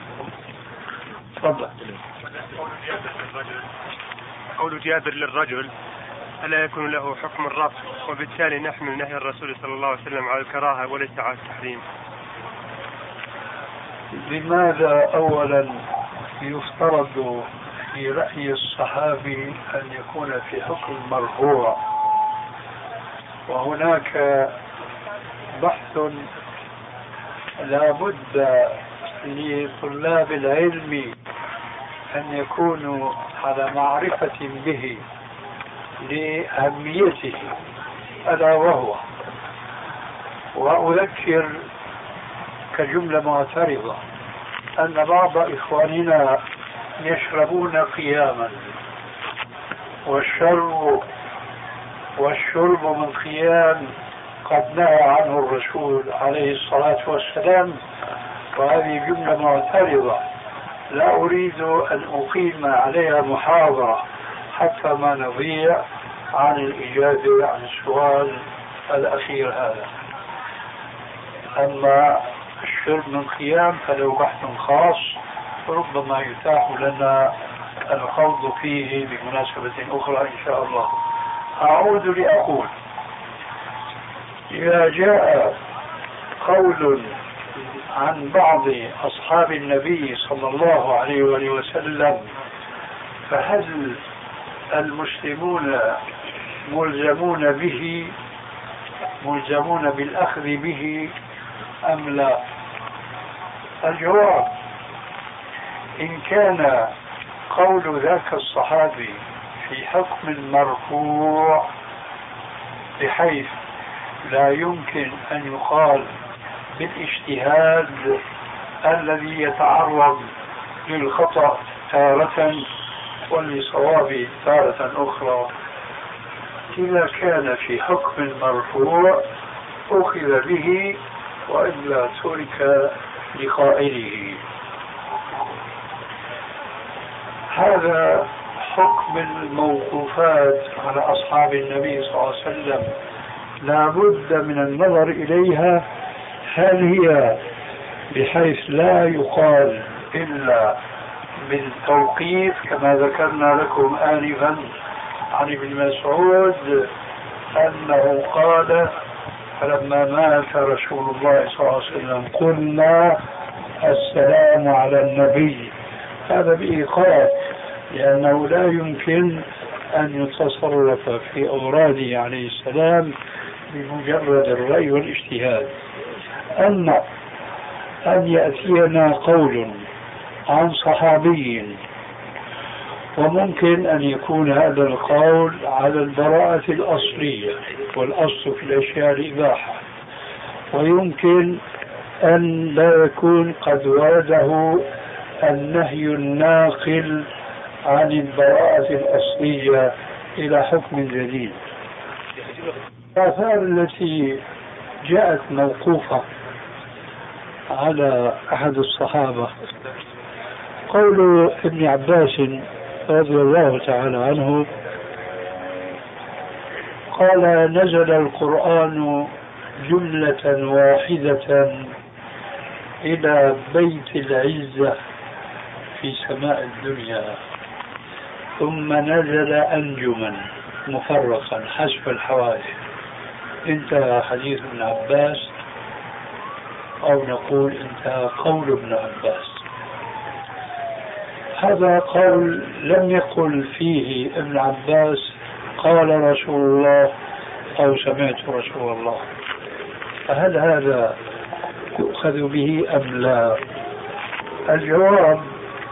تفضل. قول جابر للرجل ألا يكون له حكم الرفع، وبالتالي نحمل نهي الرسول صلى الله عليه وسلم على الكراهة وليس على التحريم. لماذا أولا يفترض في رأي الصحابي أن يكون في حكم مرفوع، وهناك بحث لا بد لطلاب العلم أن يكونوا على معرفة به لأهميته، ألا وأذكر كجملة معترضة أن بعض إخواننا يشربون قياما، والشرب من قيام قد نهى عنه الرسول عليه الصلاة والسلام، وهذه جملة معترضة لا أريد أن أقيم عليها محاضرة حتى ما نضيع عن الإجابة عن السؤال الأخير هذا. أما الشرب من قيام فله بحث خاص ربما يتاح لنا الخوض فيه بمناسبة أخرى إن شاء الله. أعود لأقول إذا جاء قول عن بعض أصحاب النبي صلى الله عليه وآله وسلم فهل المسلمون ملزمون بالأخذ به أم لا؟ الجواب: إن كان قول ذاك الصحابي في حكم مرفوع بحيث لا يمكن أن يقال بالاجتهاد الذي يتعرض للخطأ تارة وللصواب تارة أخرى، إذا كان في حكم مرفوع أخذ به وإلا ترك لقائله. هذا حكم الموقوفات على أصحاب النبي صلى الله عليه وسلم لا بد من النظر إليها، هل هي بحيث لا يقال إلا بالتوقيف كما ذكرنا لكم آنفا عن ابن مسعود أنه قال فلما مات رسول الله صلى الله عليه وسلم قلنا السلام على النبي، هذا بإيقاف لأنه لا يمكن أن يتصرف في أوراده عليه السلام بمجرد الرأي والاجتهاد. أما أن يأتينا قول عن صحابي وممكن أن يكون هذا القول على البراءة الأصلية والأصل في الأشياء الإباحة، ويمكن أن لا يكون قد ورده النهي الناقل عن البراءة الأصلية إلى حكم جديد. الآثار التي جاءت موقوفة على أحد الصحابة قول ابن عباس رضي الله تعالى عنه قال نزل القرآن جملة واحدة إلى بيت العزة في سماء الدنيا ثم نزل أنجما مفرقا حسب الحوادث. انتهى حديث ابن عباس، أو نقول انتهى قول ابن عباس. هذا قول لم يقل فيه ابن عباس قال رسول الله أو سمعت رسول الله، فهل هذا يؤخذ به أم لا؟ الجواب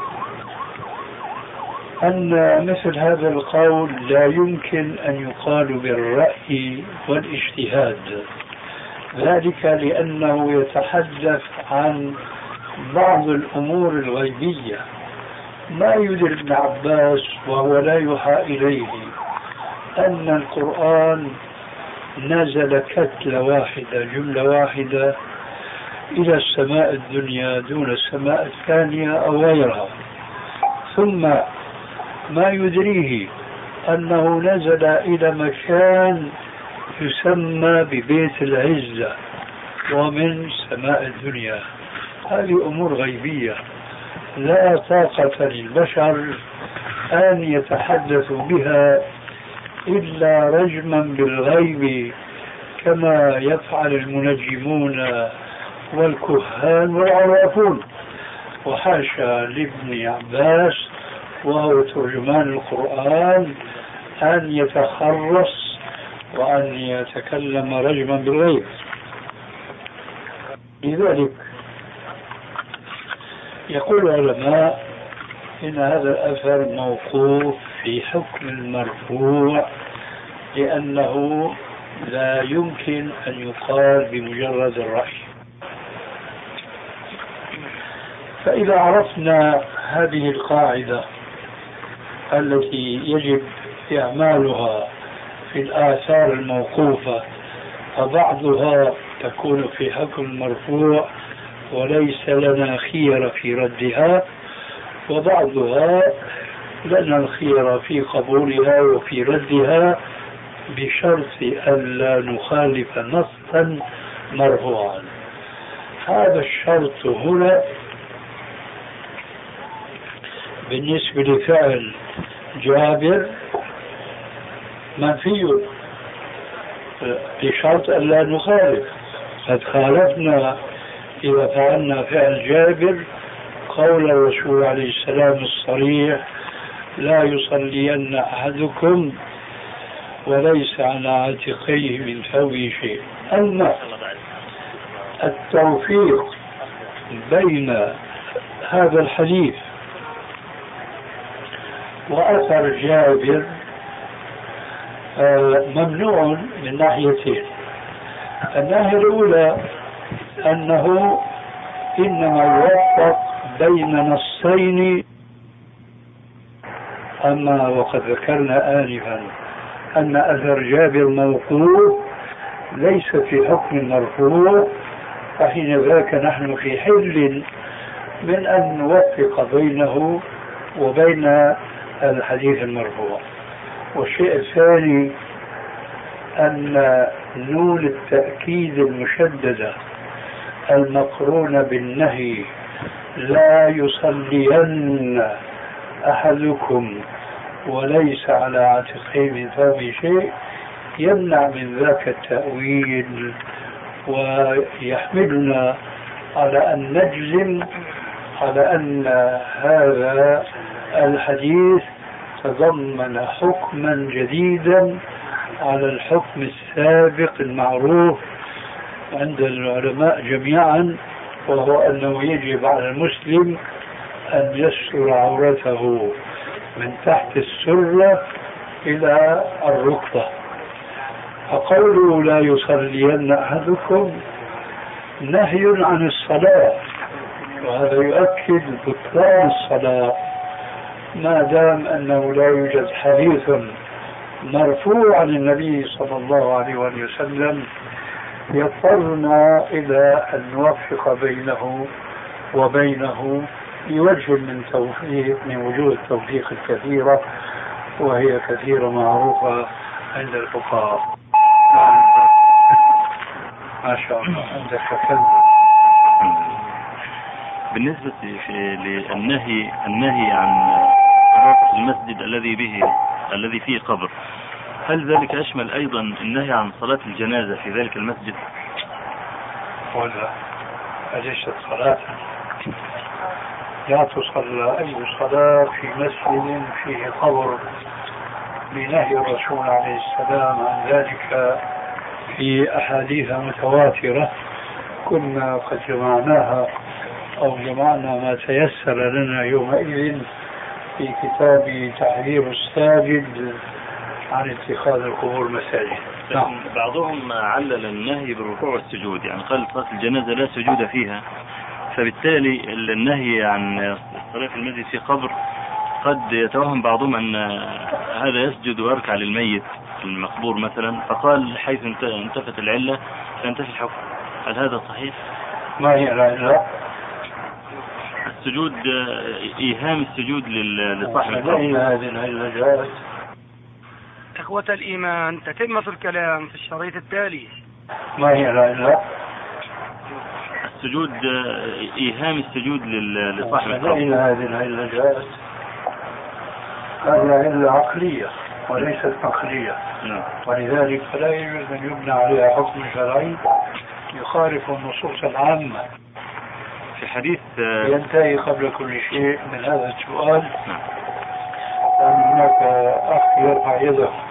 أن مثل هذا القول لا يمكن أن يقال بالرأي والاجتهاد، ذلك لأنه يتحدث عن بعض الأمور الغيبية ما يدري ابن عباس وهو لا يوحى إليه أن القرآن نزل كتلة واحدة جملة واحدة إلى السماء الدنيا دون السماء الثانية أو غيرها، ثم ما يدريه أنه نزل إلى مكان يسمى ببيت العزة ومن سماء الدنيا. هذه أمور غيبية لا طاقة للبشر أن يتحدثوا بها إلا رجما بالغيب كما يفعل المنجمون والكهان والعرافون. وحاشا لابن عباس وهو ترجمان القرآن أن يتخرص وأن يتكلم رجما بالغيب. لذلك يقول العلماء إن هذا الأثر موقوف في حكم المرفوع، لأنه لا يمكن أن يقال بمجرد الرأي. فإذا عرفنا هذه القاعدة التي يجب إعمالها في الآثار الموقوفة، فبعضها تكون في حكم المرفوع وليس لنا خير في ردها، وبعضها لنا الخير في قبولها وفي ردها بشرط ألا نخالف نصا مرفوعا. هذا الشرط هنا بالنسبة لفعل جابر منفي بشرط ألا نخالف. قد خالفنا إذا فعلنا فعل جابر قول الرسول عليه السلام الصريح: لا يصلين أحدكم وليس على عاتقيه من ثوبه شيء. أما التوفيق بين هذا الحديث وأثر جابر ممنوع من ناحيتين. الناحية الأولى أنه إنما يوفق بين نصين، أما وقد ذكرنا آنفا أن أثر جابر موقوف ليس في حكم المرفوع، فحين ذاك نحن في حل من أن نوفق بينه وبين الحديث المرفوع. والشيء الثاني أن نون التأكيد المشددة المقرونة بالنهي لا يصلين أحدكم وليس على عاتقيه من ثوبه شيء يمنع من ذاك التأويل، ويحملنا على أن نجزم على أن هذا الحديث تضمن حكما جديدا على الحكم السابق المعروف عند العلماء جميعا، وهو أنه يجب على المسلم أن يستر عورته من تحت السرة إلى الركبة. فقوله لا يصلين أحدكم نهي عن الصلاة، وهذا يؤكد بطلان الصلاة ما دام أنه لا يوجد حديث مرفوع عن النبي صلى الله عليه وسلم يضطرنا إلى أن نوفق بينه وبينه بوجه من وجوه التوفيق الكثيرة، وهي كثيرة معروفة عند الفقهاء. ما شاء الله عندك كلمة. بالنسبة للنهي عن المسجد الذي فيه قبر، هل ذلك يشمل أيضا النهي عن صلاة الجنازة في ذلك المسجد؟ ولا أليست صلاة؟ لا تصلى أي صلاة في مسجد فيه قبر بنهي الرسول عليه السلام عن ذلك في أحاديث متواترة كنا قد جمعناها أو جمعنا ما تيسر لنا يومئذ في كتاب تحذير الساجد عن اتخاذ القبور مساجد. بعضهم علل النهي بالركوع والسجود، يعني قال صلاة الجنازة لا سجود فيها، فبالتالي النهي عن الصلاة في المسجد في قبر قد يتوهم بعضهم أن هذا يسجد ويركع للميت، المقبور مثلا، فقال حيث انتفت العلة فينتفي الحكم، هل هذا صحيح؟ ما هي العلة؟ السجود، إيهام السجود لصاحب لا، القبر. هذه العلة جاءت. إخوة الإيمان، تتمة الكلام في الشريط التالي. ما هي العلة؟ السجود، إيهام السجود لصاحب لا، القبر. هذه العلة جاءت. هذه علة عقلية وليست نقلية. نعم. ولذلك فلا يجوز أن يبنى عليها حكم شرعي يخالف النصوص العامة. في حديث ينتهي قبل كل شيء من هذا السؤال نعم. أن هناك أخ يرفع يده.